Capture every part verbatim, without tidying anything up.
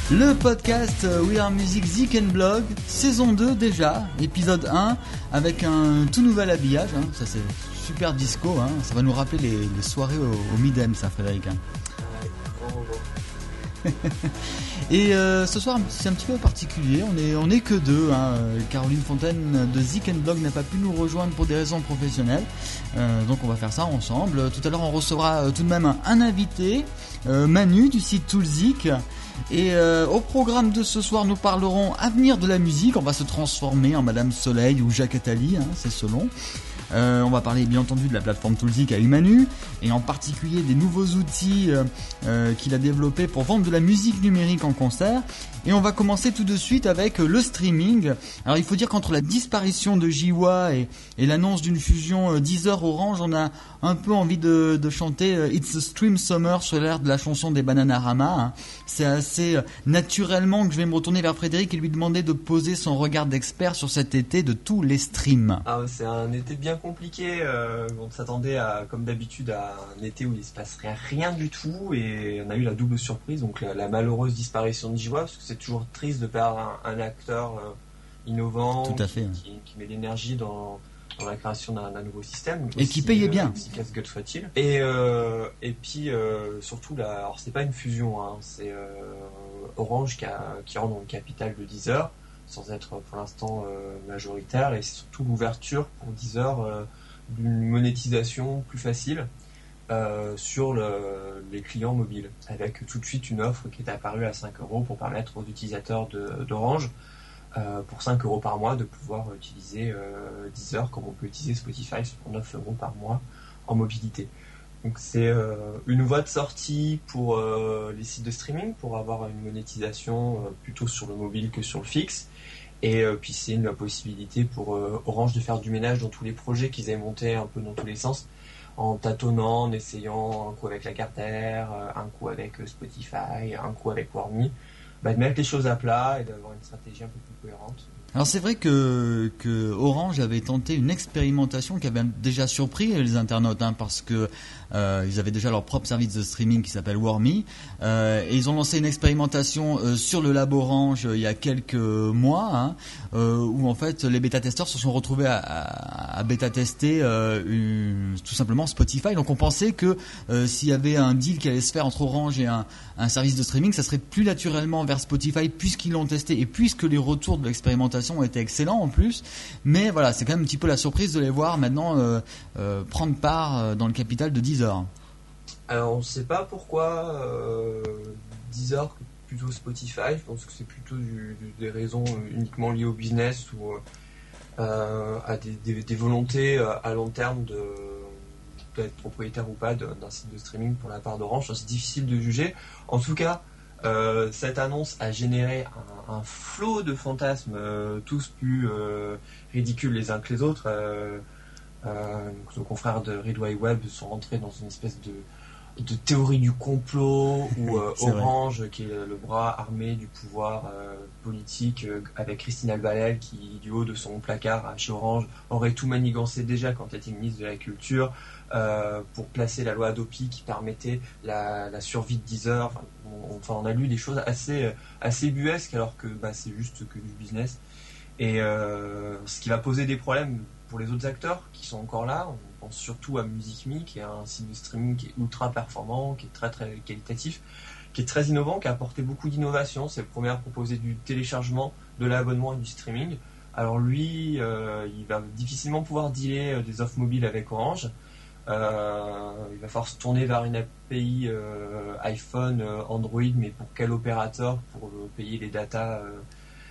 Le podcast We Are Music Zik and Blog, saison deux déjà, épisode un, avec un tout nouvel habillage, hein. Ça c'est super disco, hein. Ça va nous rappeler les, les soirées au, au Midem, ça Frédéric. Hein. Et euh, ce soir c'est un petit peu particulier, on est, on est que deux, hein. Caroline Fontaine de Zik and Blog n'a pas pu nous rejoindre pour des raisons professionnelles, euh, donc on va faire ça ensemble. Tout à l'heure on recevra euh, tout de même un, un invité, euh, Manu du site Toolzik. Et euh, au programme de ce soir, nous parlerons avenir de la musique. On va se transformer en Madame Soleil ou Jacques Attali, hein, c'est selon. Euh, on va parler bien entendu de la plateforme Toolzik avec Manu, et en particulier des nouveaux outils euh, euh, qu'il a développés pour vendre de la musique numérique en concert. Et on va commencer tout de suite avec euh, le streaming. Alors il faut dire qu'entre la disparition de J W A et, et l'annonce d'une fusion euh, Deezer Orange, on a un peu envie de, de chanter euh, It's a Stream Summer sur l'air de la chanson des Bananarama. Hein. C'est assez euh, naturellement que je vais me retourner vers Frédéric et lui demander de poser son regard d'expert sur cet été de tous les streams. Ah, c'est un été bien compliqué. Euh, on s'attendait à, comme d'habitude, à un été où il se passerait rien du tout, et on a eu la double surprise, donc la, la malheureuse disparition de J W A, parce que c'est toujours triste de perdre un, un acteur euh, innovant, tout à fait, qui, qui, qui met de l'énergie dans, dans la création d'un, d'un nouveau système, et aussi, qui payait bien, aussi casse-gueule soit-il. Et euh, et puis euh, surtout là, alors c'est pas une fusion, hein, c'est euh, Orange qui, a, qui rentre dans le capital de Deezer, sans être pour l'instant euh, majoritaire, et c'est surtout l'ouverture pour Deezer euh, d'une monétisation plus facile euh, sur le, les clients mobiles, avec tout de suite une offre qui est apparue à cinq euros pour permettre aux utilisateurs de, d'Orange, euh, pour cinq euros par mois, de pouvoir utiliser euh, Deezer comme on peut utiliser Spotify pour neuf euros par mois en mobilité. Donc c'est euh, une voie de sortie pour euh, les sites de streaming, pour avoir une monétisation euh, plutôt sur le mobile que sur le fixe. Et euh, puis c'est une possibilité pour euh, Orange de faire du ménage dans tous les projets qu'ils avaient montés un peu dans tous les sens, en tâtonnant, en essayant un coup avec la Carter, un coup avec Spotify, un coup avec Warmy, bah, de mettre les choses à plat et d'avoir une stratégie un peu plus cohérente. Alors c'est vrai que, que Orange avait tenté une expérimentation qui avait déjà surpris les internautes, hein, parce que euh, ils avaient déjà leur propre service de streaming qui s'appelle Warmy, euh, et ils ont lancé une expérimentation euh, sur le lab Orange euh, il y a quelques mois, hein, euh, où en fait les bêta-testeurs se sont retrouvés à, à, à bêta-tester euh, une, tout simplement Spotify. Donc on pensait que euh, s'il y avait un deal qui allait se faire entre Orange et un, un service de streaming, ça serait plus naturellement vers Spotify, puisqu'ils l'ont testé et puisque les retours de l'expérimentation ont été excellents en plus. Mais voilà, c'est quand même un petit peu la surprise de les voir maintenant euh, euh, prendre part euh, dans le capital de Deezer. Alors on ne sait pas pourquoi euh, Deezer plutôt Spotify. Je pense que c'est plutôt du, du, des raisons uniquement liées au business ou euh, à des, des, des volontés à long terme de d'être propriétaire ou pas de, d'un site de streaming pour la part d'Orange. C'est difficile de juger. En tout cas, Euh, cette annonce a généré un, un flot de fantasmes, euh, tous plus euh, ridicules les uns que les autres. Euh, euh, nos confrères de Read Wide Web sont rentrés dans une espèce de, de théorie du complot où euh, Orange, vrai. qui est le bras armé du pouvoir euh, politique, euh, avec Christine Albalel qui, du haut de son placard chez Orange, aurait tout manigancé déjà quand elle était ministre de la Culture, euh, pour placer la loi Adopi qui permettait la, la survie de Deezer. Enfin, on, enfin, on a lu des choses assez, assez buesques, alors que bah, c'est juste que du business. Et euh, ce qui va poser des problèmes pour les autres acteurs qui sont encore là. On pense surtout à MusicMe, qui est un site de streaming qui est ultra performant, qui est très très qualitatif, qui est très innovant, qui a apporté beaucoup d'innovation. C'est le premier à proposer du téléchargement, de l'abonnement et du streaming. Alors lui, euh, il va difficilement pouvoir dealer des offres mobiles avec Orange. Euh, il va falloir se tourner vers une A P I euh, iPhone, euh, Android, mais pour quel opérateur pour euh, payer les datas euh,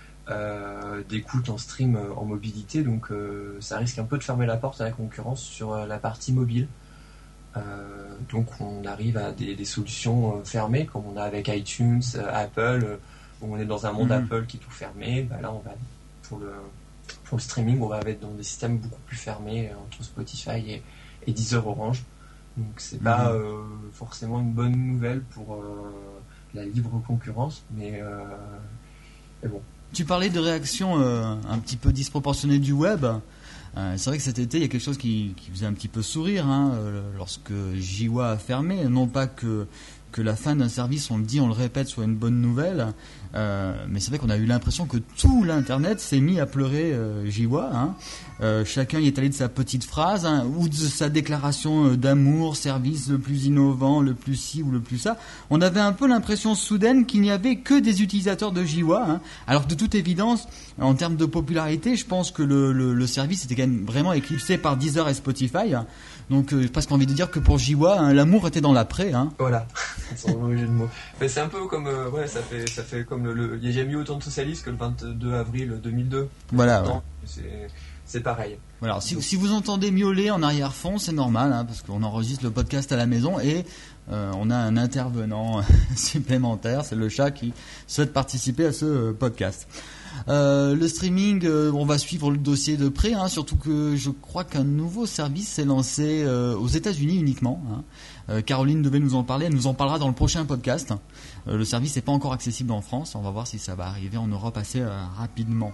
euh, d'écoute en stream euh, en mobilité. Donc euh, ça risque un peu de fermer la porte à la concurrence sur euh, la partie mobile. Euh, donc on arrive à des, des solutions euh, fermées, comme on a avec iTunes, euh, Apple, euh, où on est dans un monde mmh. Apple qui est tout fermé. Bah là on va pour le, pour le streaming, on va être dans des systèmes beaucoup plus fermés euh, entre Spotify et et Deezer Orange. Donc c'est pas euh, forcément une bonne nouvelle pour euh, la libre concurrence, mais, euh, mais bon. Tu parlais de réactions euh, un petit peu disproportionnées du web. Euh, c'est vrai que cet été, il y a quelque chose qui, qui faisait un petit peu sourire, hein, euh, lorsque J W A a fermé. Non pas que que la fin d'un service, on le dit, on le répète, soit une bonne nouvelle. Euh, mais c'est vrai qu'on a eu l'impression que tout l'internet s'est mis à pleurer euh, J W A. Hein. Euh, chacun y est allé de sa petite phrase hein, ou de sa déclaration d'amour, service le plus innovant, le plus ci ou le plus ça. On avait un peu l'impression soudaine qu'il n'y avait que des utilisateurs de J W A. Hein. Alors de toute évidence, en termes de popularité, je pense que le, le, le service était quand même vraiment éclipsé par Deezer et Spotify. Hein. Donc euh, j'ai presque envie de dire que pour J W A, hein, l'amour était dans l'après. Hein. Voilà, c'est un jeu de mots. Mais c'est un peu comme, euh, ouais, ça fait, ça fait comme le, le, il n'y a jamais eu autant de socialistes que le vingt-deux avril deux mille deux. Voilà. Ouais. C'est, c'est pareil. Voilà. Alors, si, si vous entendez miauler en arrière-fond, c'est normal, hein, parce qu'on enregistre le podcast à la maison et euh, on a un intervenant supplémentaire, c'est le chat qui souhaite participer à ce euh, podcast. Euh, le streaming, euh, on va suivre le dossier de près, hein, surtout que je crois qu'un nouveau service s'est lancé euh, aux États-Unis uniquement. Hein. Euh, Caroline devait nous en parler, elle nous en parlera dans le prochain podcast. Euh, le service n'est pas encore accessible en France, on va voir si ça va arriver en Europe assez euh, rapidement.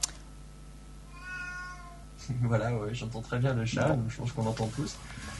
Voilà, ouais, j'entends très bien le chat, donc je pense qu'on entend tous.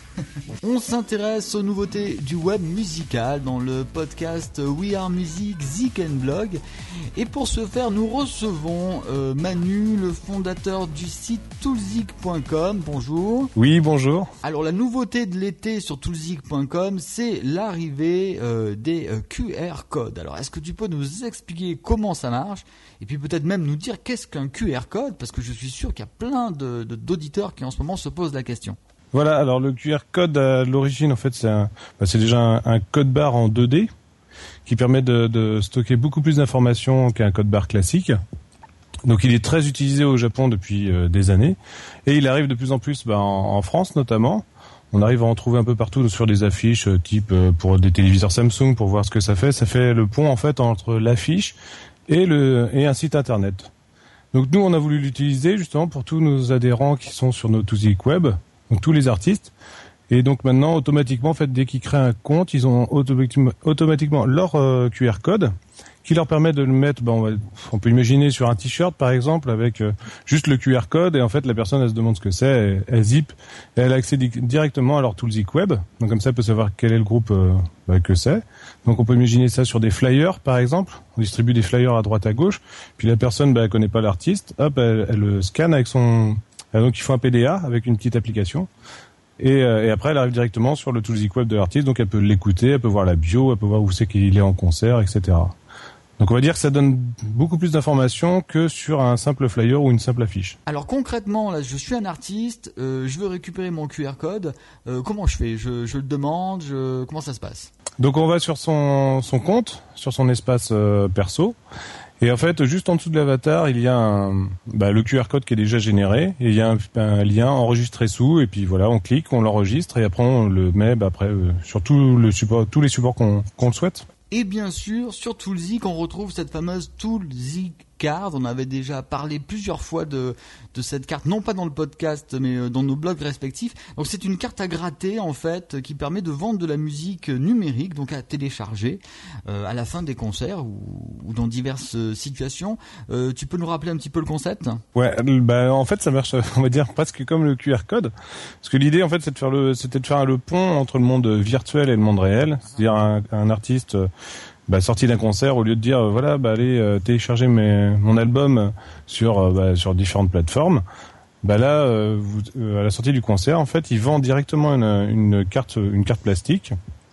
On s'intéresse aux nouveautés du web musical dans le podcast We Are Music, Zik and Blog. Et pour ce faire, nous recevons euh, Manu, le fondateur du site toolzik point com. Bonjour. Oui, bonjour. Alors la nouveauté de l'été sur toolzik point com, c'est l'arrivée euh, des euh, Q R codes. Alors est-ce que tu peux nous expliquer comment ça marche ? Et puis peut-être même nous dire qu'est-ce qu'un Q R code ? Parce que je suis sûr qu'il y a plein de, de, d'auditeurs qui en ce moment se posent la question. Voilà, alors le Q R code à l'origine, en fait, c'est, un, bah, c'est déjà un, un code barre en deux D qui permet de, de stocker beaucoup plus d'informations qu'un code barre classique. Donc il est très utilisé au Japon depuis euh, des années et il arrive de plus en plus bah, en, en France notamment. On arrive à en trouver un peu partout sur des affiches euh, type euh, pour des téléviseurs Samsung pour voir ce que ça fait. Ça fait le pont en fait entre l'affiche et, le, et un site internet. Donc nous, on a voulu l'utiliser justement pour tous nos adhérents qui sont sur nos toolzik web. Donc tous les artistes, et donc maintenant automatiquement en fait dès qu'ils créent un compte, ils ont automatiquement, automatiquement leur euh, Q R code qui leur permet de le mettre, ben on, va, on peut imaginer sur un t-shirt par exemple avec euh, juste le Q R code et en fait la personne elle se demande ce que c'est, elle, elle zip et elle accède directement à leur toolzik web, donc comme ça elle peut savoir quel est le groupe euh, bah, que c'est. Donc on peut imaginer ça sur des flyers par exemple, on distribue des flyers à droite à gauche, puis la personne bah, elle connaît pas l'artiste, hop elle, elle le scanne avec son donc il faut un P D A avec une petite application et, euh, et après elle arrive directement sur le toolzik web de l'artiste, donc elle peut l'écouter, elle peut voir la bio, elle peut voir où c'est qu'il est en concert, et cetera. Donc on va dire que ça donne beaucoup plus d'informations que sur un simple flyer ou une simple affiche. Alors concrètement, là, je suis un artiste, euh, je veux récupérer mon Q R code, euh, comment je fais ? je, je le demande, je... comment ça se passe ? Donc on va sur son, son compte, sur son espace euh, perso. Et en fait, juste en dessous de l'avatar, il y a un, bah, le Q R code qui est déjà généré, et il y a un, un lien enregistré sous, et puis voilà, on clique, on l'enregistre, et après on le met bah, après euh, sur tout le support, tous les supports qu'on, qu'on le souhaite. Et bien sûr, sur Toolzik, on retrouve cette fameuse Toolzik Card. On avait déjà parlé plusieurs fois de, de cette carte, non pas dans le podcast, mais dans nos blogs respectifs. Donc c'est une carte à gratter, en fait, qui permet de vendre de la musique numérique, donc à télécharger, euh, à la fin des concerts ou, ou dans diverses situations. Euh, tu peux nous rappeler un petit peu le concept ? Ouais, bah en fait ça marche, on va dire presque comme le Q R code, parce que l'idée en fait c'est de faire le, c'était de faire le pont entre le monde virtuel et le monde réel, c'est-à-dire un, un artiste bah, sorti d'un concert, au lieu de dire euh, voilà bah allez euh, télécharger mes, mon album sur euh, bah, sur différentes plateformes, bah là euh, vous, euh, à la sortie du concert en fait il vend directement une, une carte une carte plastique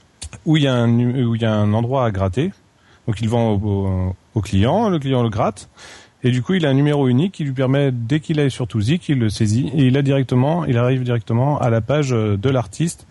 où il y a un où il y a un endroit à gratter, donc il vend au, au, au client, le client le gratte. Et du coup, il a un numéro unique qui lui permet, dès qu'il est sur toolzik, il le saisit et il a directement, il arrive directement à la page de l'artiste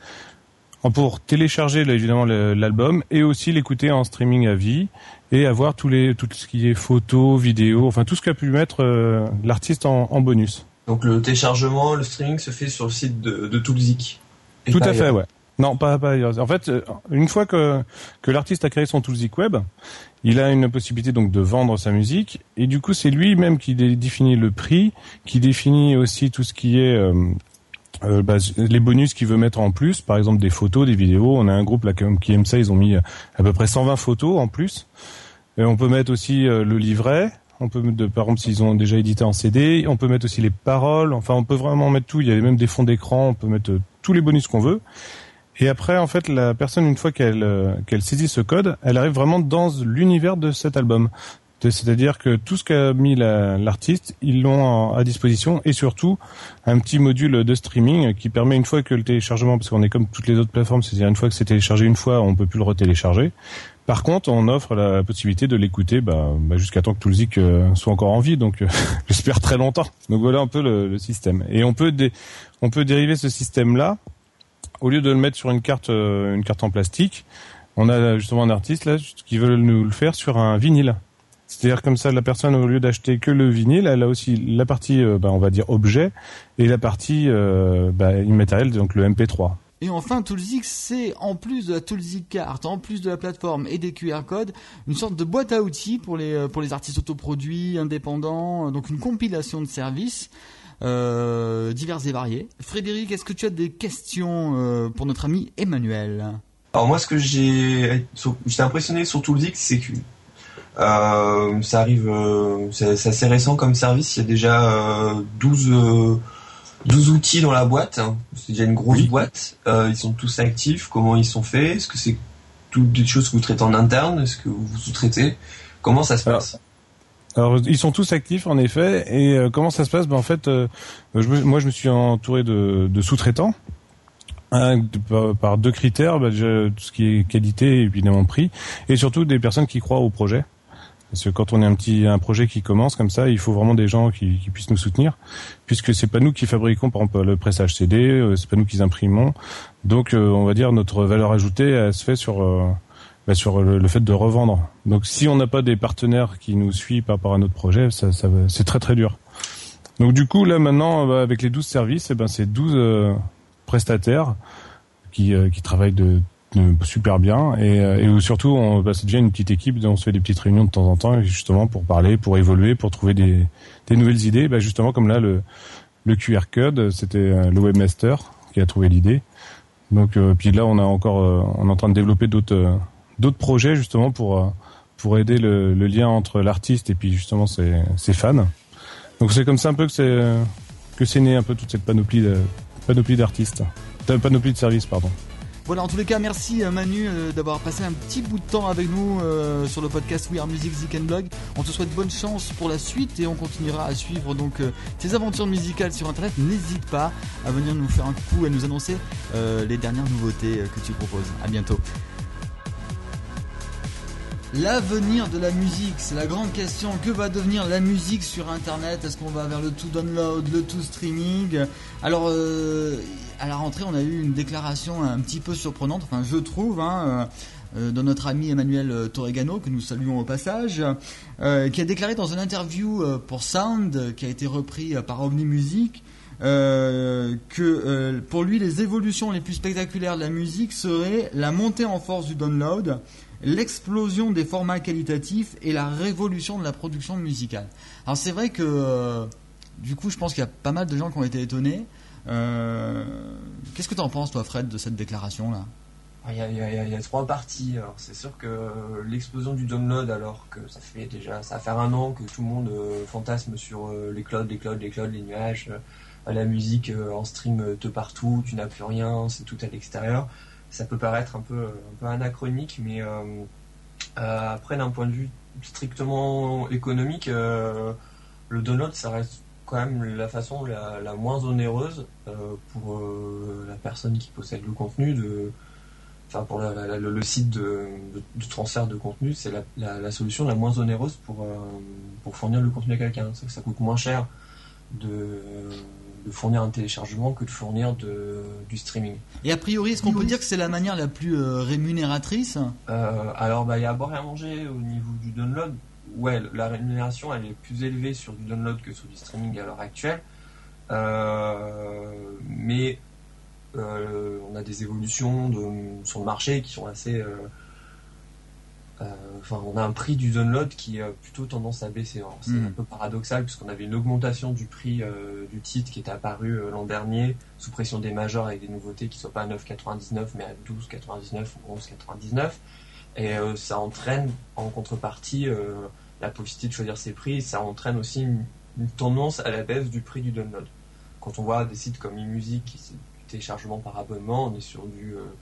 pour télécharger évidemment l'album et aussi l'écouter en streaming à vie et avoir tous les tout ce qui est photos, vidéos, enfin tout ce qu'a pu mettre euh, l'artiste en, en bonus. Donc le téléchargement, le streaming se fait sur le site de, de toolzik. Tout à fait, ouais. Non, pas pas ailleurs. En fait, une fois que que l'artiste a créé son toolzik web, il a une possibilité donc de vendre sa musique et du coup c'est lui-même qui définit le prix, qui définit aussi tout ce qui est euh, euh, bah, les bonus qu'il veut mettre en plus, par exemple des photos, des vidéos. On a un groupe là qui aime ça, ils ont mis à peu près cent vingt photos en plus. Et on peut mettre aussi euh, le livret. On peut mettre, de, par exemple, s'ils ont déjà édité en C D, on peut mettre aussi les paroles. Enfin, on peut vraiment mettre tout. Il y a même des fonds d'écran. On peut mettre euh, tous les bonus qu'on veut. Et après, en fait, la personne, une fois qu'elle euh, qu'elle saisit ce code, elle arrive vraiment dans l'univers de cet album. C'est-à-dire que tout ce qu'a mis la, l'artiste, ils l'ont en, à disposition, et surtout un petit module de streaming qui permet, une fois que le téléchargement, parce qu'on est comme toutes les autres plateformes, c'est-à-dire une fois que c'est téléchargé une fois, on peut plus le retélécharger. Par contre, on offre la possibilité de l'écouter bah, bah, jusqu'à temps que Toolzik euh, soit encore en vie, donc euh, j'espère très longtemps. Donc voilà un peu le, le système. Et on peut dé, on peut dériver ce système-là, au lieu de le mettre sur une carte, euh, une carte en plastique, on a justement un artiste là qui veut nous le faire sur un vinyle. C'est-à-dire comme ça, la personne, au lieu d'acheter que le vinyle, elle a aussi la partie, euh, bah, on va dire, objet, et la partie euh, bah, immatérielle, donc le M P trois. Et enfin, Toolzik, c'est, en plus de la Toolzik Card, en plus de la plateforme et des Q R codes, une sorte de boîte à outils pour les, pour les artistes autoproduits, indépendants, donc une compilation de services euh, divers et variés. Frédéric, est-ce que tu as des questions euh, pour notre ami Emmanuel ? Alors moi, ce que j'ai, j'étais impressionné sur Toolzik, c'est que Euh, ça arrive, euh, c'est, c'est assez récent comme service. Il y a déjà euh, douze, euh, douze outils dans la boîte. Hein. C'est déjà une grosse oui. boîte. Euh, ils sont tous actifs. Comment ils sont faits ? Est-ce que c'est toutes des choses que vous traitez en interne ? Est-ce que vous sous-traitez ? Comment ça se passe ? Alors, alors, ils sont tous actifs en effet. Et euh, comment ça se passe ? Ben en fait, euh, je me, moi, je me suis entouré de, de sous-traitants. Un, de, par, par deux critères, ben, déjà, tout ce qui est qualité, évidemment prix, et surtout des personnes qui croient au projet. Parce que quand on est un petit un projet qui commence comme ça, il faut vraiment des gens qui, qui puissent nous soutenir, puisque c'est pas nous qui fabriquons par exemple le pressage C D, c'est pas nous qui imprimons. Donc euh, on va dire notre valeur ajoutée elle se fait sur euh, bah, sur le, le fait de revendre. Donc si on n'a pas des partenaires qui nous suivent par rapport à notre projet, ça, ça c'est très très dur. Donc du coup là maintenant bah, avec les douze services, et ben c'est douze euh, prestataires qui euh, qui travaillent de super bien et, et surtout on, bah, c'est déjà une petite équipe, on se fait des petites réunions de temps en temps justement pour parler, pour évoluer, pour trouver des, des nouvelles idées, bah, justement comme là le, le Q R code, c'était le webmaster qui a trouvé l'idée, donc euh, puis là on a encore euh, on est en train de développer d'autres euh, d'autres projets justement pour euh, pour aider le, le lien entre l'artiste et puis justement ses, ses fans. Donc c'est comme ça un peu que c'est que c'est né un peu toute cette panoplie de, panoplie d'artistes, panoplie de services pardon. Voilà, en tous les cas, merci Manu euh, d'avoir passé un petit bout de temps avec nous euh, sur le podcast We Are Music Zik and Blog. On te souhaite bonne chance pour la suite et on continuera à suivre donc euh, tes aventures musicales sur internet. N'hésite pas à venir nous faire un coup et nous annoncer euh, les dernières nouveautés euh, que tu proposes. À bientôt. L'avenir de la musique, c'est la grande question. Que va devenir la musique sur internet ? Est-ce qu'on va vers le tout download, le tout streaming ? Alors euh, à la rentrée on a eu une déclaration un petit peu surprenante, enfin je trouve, hein, euh, de notre ami Emmanuel Torregano, que nous saluons au passage, euh, qui a déclaré dans une interview euh, pour Sound, qui a été repris euh, par Omni Music, euh, que euh, pour lui les évolutions les plus spectaculaires de la musique seraient la montée en force du download, l'explosion des formats qualitatifs et la révolution de la production musicale. Alors c'est vrai que euh, du coup je pense qu'il y a pas mal de gens qui ont été étonnés. Euh, qu'est-ce que tu en penses toi Fred de cette déclaration là ? Il y, a, il, y a, il y a trois parties. Alors c'est sûr que l'explosion du download, alors que ça fait déjà ça va faire un an que tout le monde euh, fantasme sur euh, les clouds, les clouds, les clouds, les nuages, euh, la musique euh, en stream de partout, tu n'as plus rien, c'est tout à l'extérieur. Ça peut paraître un peu, un peu anachronique, mais euh, euh, après d'un point de vue strictement économique, euh, le download ça reste quand même la façon la, la moins onéreuse euh, pour euh, la personne qui possède le contenu, de, enfin pour la, la, le, le site de, de, de transfert de contenu, c'est la, la, la solution la moins onéreuse pour, euh, pour fournir le contenu à quelqu'un. C'est que ça coûte moins cher de, de fournir un téléchargement que de fournir de, du streaming. Et a priori, est-ce qu'on peut dire que c'est la manière la plus euh, rémunératrice ? euh, Alors, bah, il y a à boire et à manger au niveau du download. Ouais, la rémunération elle est plus élevée sur du download que sur du streaming à l'heure actuelle, euh, mais euh, on a des évolutions de, sur le marché qui sont assez. Euh, euh, enfin, on a un prix du download qui a plutôt tendance à baisser. Alors, c'est mmh. un peu paradoxal puisqu'on avait une augmentation du prix euh, du titre qui était apparu euh, l'an dernier sous pression des majors avec des nouveautés qui ne soient pas à neuf quatre-vingt-dix-neuf mais à douze quatre-vingt-dix-neuf ou onze quatre-vingt-dix-neuf. Et euh, ça entraîne en contrepartie euh, la possibilité de choisir ses prix. Ça entraîne aussi une, une tendance à la baisse du prix du download. Quand on voit des sites comme eMusic qui c'est du téléchargement par abonnement, on est sur du, euh,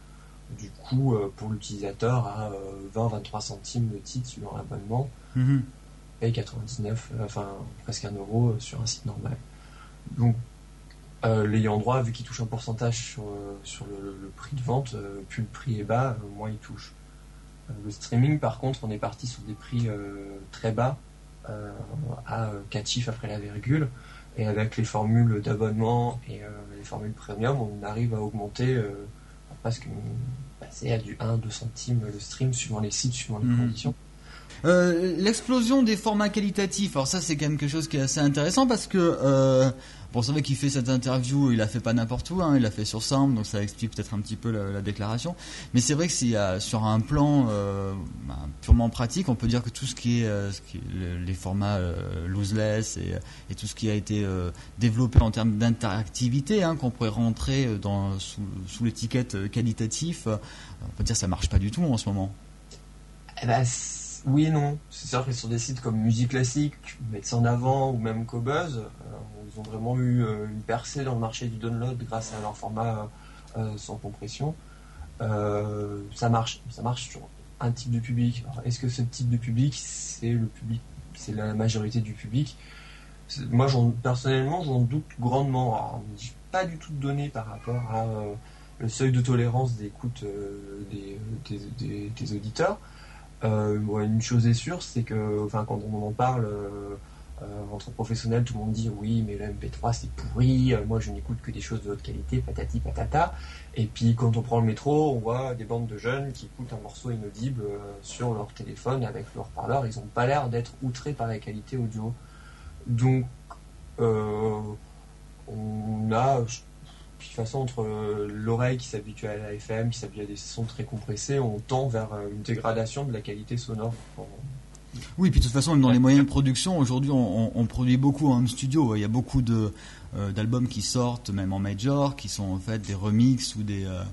du coup euh, pour l'utilisateur à euh, vingt à vingt-trois centimes le titre sur l'abonnement Mm-hmm. et quatre-vingt-dix-neuf, euh, enfin presque un euro euh, sur un site normal. Donc euh, l'ayant droit, vu qu'il touche un pourcentage sur, euh, sur le, le prix de vente, euh, plus le prix est bas, euh, moins il touche. Euh, le streaming par contre, on est parti sur des prix euh, très bas, euh, à quatre chiffres après la virgule, et avec les formules d'abonnement et euh, les formules premium, on arrive à augmenter euh, à presque passer à du un à deux centimes le stream suivant les sites, suivant les Mhm. conditions. Euh, l'explosion des formats qualitatifs, alors ça c'est quand même quelque chose qui est assez intéressant parce que euh, bon, c'est vrai qu'il fait cette interview, il l'a fait pas n'importe où, hein, il l'a fait sur Sound, donc ça explique peut-être un petit peu la, la déclaration, mais c'est vrai que s'il y a, sur un plan euh, bah, purement pratique, on peut dire que tout ce qui est, euh, ce qui est le, les formats euh, loseless et, et tout ce qui a été euh, développé en termes d'interactivité, hein, qu'on pourrait rentrer dans, sous, sous l'étiquette qualitatif, euh, on peut dire que ça marche pas du tout en ce moment. Eh ben, oui et non. C'est sûr que sur des sites comme Musique Classique, mettre ça en avant, ou même Qobuz, euh, ils ont vraiment eu euh, une percée dans le marché du download grâce à leur format euh, sans compression. Euh, ça marche, ça marche sur un type de public. Alors, est-ce que ce type de public, c'est le public, c'est la majorité du public? C'est, moi, j'en, personnellement, j'en doute grandement. Alors, j'ai pas du tout de données par rapport à euh, le seuil de tolérance d'écoute euh, des, des, des, des auditeurs. Euh, bon, une chose est sûre, c'est que, enfin, quand on en parle euh, euh, entre professionnels, tout le monde dit oui, mais le M P trois c'est pourri. Euh, moi, je n'écoute que des choses de haute qualité, patati patata. Et puis, quand on prend le métro, on voit des bandes de jeunes qui écoutent un morceau inaudible euh, sur leur téléphone avec leur haut-parleur. Ils n'ont pas l'air d'être outrés par la qualité audio. Donc, euh, on a de toute façon, entre l'oreille qui s'habitue à la F M, qui s'habitue à des sons très compressés, on tend vers une dégradation de la qualité sonore. Oui, puis de toute façon, même dans les moyens de production, aujourd'hui, on, on, on produit beaucoup en studio. Il y a beaucoup de, euh, d'albums qui sortent, même en major, qui sont en fait des remixes ou des euh,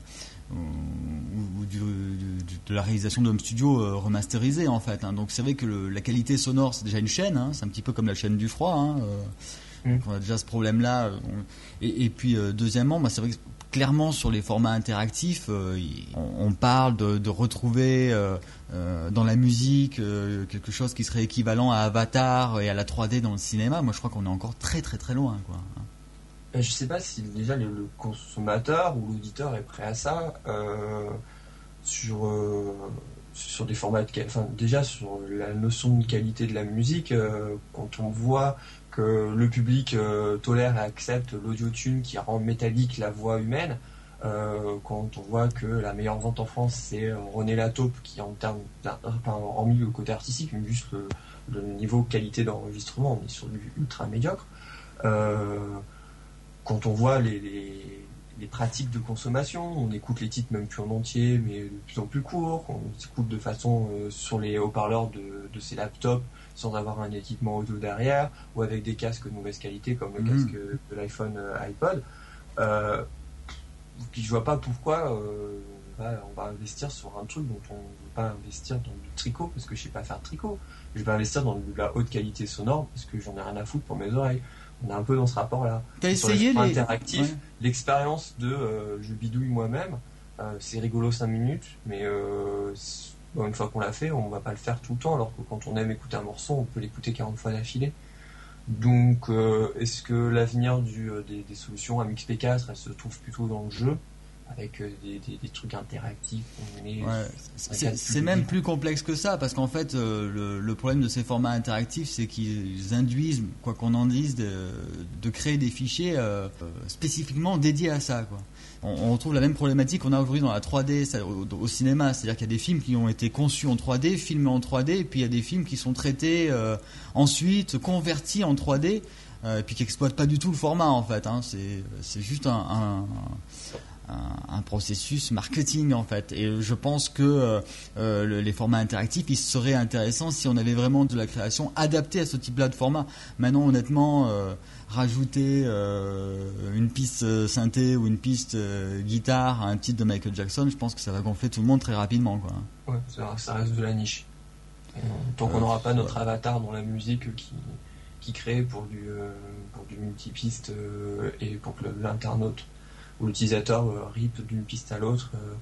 ou, ou du, du, de la réalisation de home studio euh, remasterisée en fait. Hein. Donc c'est vrai que le, la qualité sonore, c'est déjà une chaîne. Hein. C'est un petit peu comme la chaîne du froid. Hein. Euh, Donc on a déjà ce problème-là. Et, et puis euh, deuxièmement, bah, c'est vrai que clairement sur les formats interactifs, euh, on, on parle de, de retrouver euh, euh, dans la musique euh, quelque chose qui serait équivalent à Avatar et à la trois D dans le cinéma. Moi, je crois qu'on est encore très très très loin, quoi. Je sais pas si déjà le, le consommateur ou l'auditeur est prêt à ça euh, sur euh, sur des formats de, enfin déjà sur la notion de qualité de la musique. Euh, quand on voit que le public euh, tolère et accepte l'audio-tune qui rend métallique la voix humaine, euh, quand on voit que la meilleure vente en France c'est René Lataupe qui en termes, enfin, hormis le côté artistique, mais juste le, le niveau qualité d'enregistrement, on est sur du ultra médiocre. Euh, quand on voit les, les, les pratiques de consommation, on écoute les titres même plus en entier, mais de plus en plus courts, on écoute de façon euh, sur les haut-parleurs de, de ces laptops, sans avoir un équipement audio derrière, ou avec des casques de mauvaise qualité comme le mmh. casque de l'iPhone euh, iPod. Euh, puis je vois pas pourquoi euh, on, va, on va investir sur un truc dont on ne veut pas investir dans du tricot, parce que je sais pas faire de tricot. Je vais investir dans de la haute qualité sonore, parce que j'en ai rien à foutre pour mes oreilles. On est un peu dans ce rapport-là. T'as essayé les... interactif, ouais. L'expérience de euh, je bidouille moi-même, euh, c'est rigolo cinq minutes, mais euh, bon, une fois qu'on l'a fait, on va pas le faire tout le temps, alors que quand on aime écouter un morceau, on peut l'écouter quarante fois d'affilée. Donc, euh, est-ce que l'avenir du, euh, des, des solutions à M X P quatre, elle se trouve plutôt dans le jeu, avec euh, des, des, des trucs interactifs? On est, ouais, c'est, c'est même plus complexe que ça, parce qu'en fait, euh, le, le problème de ces formats interactifs, c'est qu'ils induisent, quoi qu'on en dise, de, de créer des fichiers euh, spécifiquement dédiés à ça, quoi. On, on retrouve la même problématique qu'on a aujourd'hui dans la trois D ça, au, au cinéma, c'est-à-dire qu'il y a des films qui ont été conçus en trois D, filmés en trois D, et puis il y a des films qui sont traités euh, ensuite, convertis en trois D, euh, et puis qui exploitent pas du tout le format, en fait. Hein. C'est, c'est juste un... un Un, un processus marketing en fait, et je pense que euh, euh, le, les formats interactifs ils seraient intéressants si on avait vraiment de la création adaptée à ce type-là de format. Maintenant honnêtement euh, rajouter euh, une piste synthé ou une piste euh, guitare à un titre de Michael Jackson, je pense que ça va gonfler tout le monde très rapidement, quoi. Ouais, ça, ça reste de la niche. Et, tant qu'on n'aura euh, pas notre ouais. avatar dans la musique qui, qui crée pour du, euh, pour du multipiste euh, et pour que le, l'internaute ou l'utilisateur euh, rip d'une piste à l'autre, euh,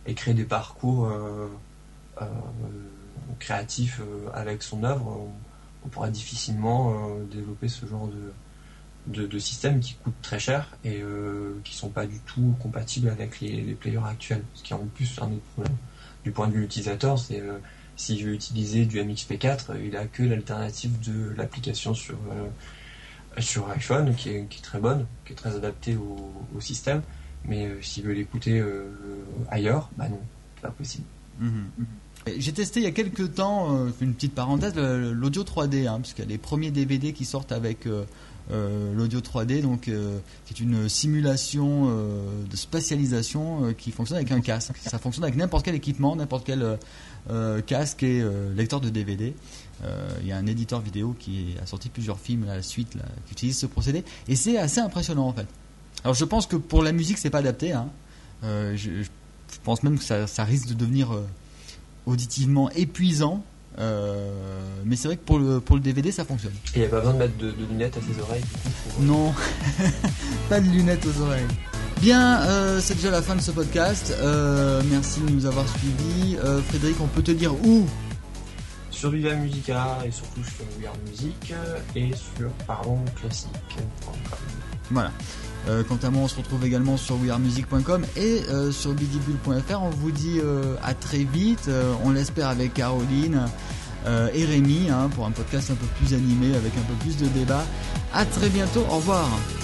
et créer des parcours euh, euh, créatifs euh, avec son œuvre, on, on pourra difficilement euh, développer ce genre de, de, de système qui coûte très cher et euh, qui sont pas du tout compatibles avec les, les players actuels. Ce qui est en plus un autre problème. Du point de vue utilisateur, c'est euh, si je veux utiliser du M X P quatre, il a que l'alternative de l'application sur euh, sur iPhone qui est, qui est très bonne, qui est très adaptée au, au système. Mais euh, s'il veut l'écouter euh, ailleurs, bah non, c'est pas possible. Mmh. J'ai testé il y a quelques temps, euh, une petite parenthèse, l'audio trois D, hein, parce qu'il y a les premiers D V D qui sortent avec euh, euh, l'audio trois D, donc euh, qui est une simulation euh, de spatialisation euh, qui fonctionne avec un casque. Ça fonctionne avec n'importe quel équipement, n'importe quel euh, casque et euh, lecteur de D V D. Euh, il y a un éditeur vidéo qui a sorti plusieurs films à la suite là, qui utilise ce procédé, et c'est assez impressionnant en fait. Alors je pense que pour la musique c'est pas adapté, hein. euh, je, je pense même que ça, ça risque de devenir euh, auditivement épuisant, euh, mais c'est vrai que pour le, pour le D V D ça fonctionne. Et il n'y a pas besoin de mettre de, de lunettes à ses oreilles du coup, pour... Non, pas de lunettes aux oreilles. Bien, euh, c'est déjà la fin de ce podcast, euh, merci de nous avoir suivis. euh, Frédéric, on peut te dire où? Sur Viva Musica et surtout sur We Are Music et sur parlons classique point com. Voilà. Euh, quant à moi, on se retrouve également sur we are music point com et euh, sur bidibule point f r. On vous dit euh, à très vite. Euh, on l'espère avec Caroline euh, et Rémi, hein, pour un podcast un peu plus animé avec un peu plus de débat. À très bientôt. Au revoir.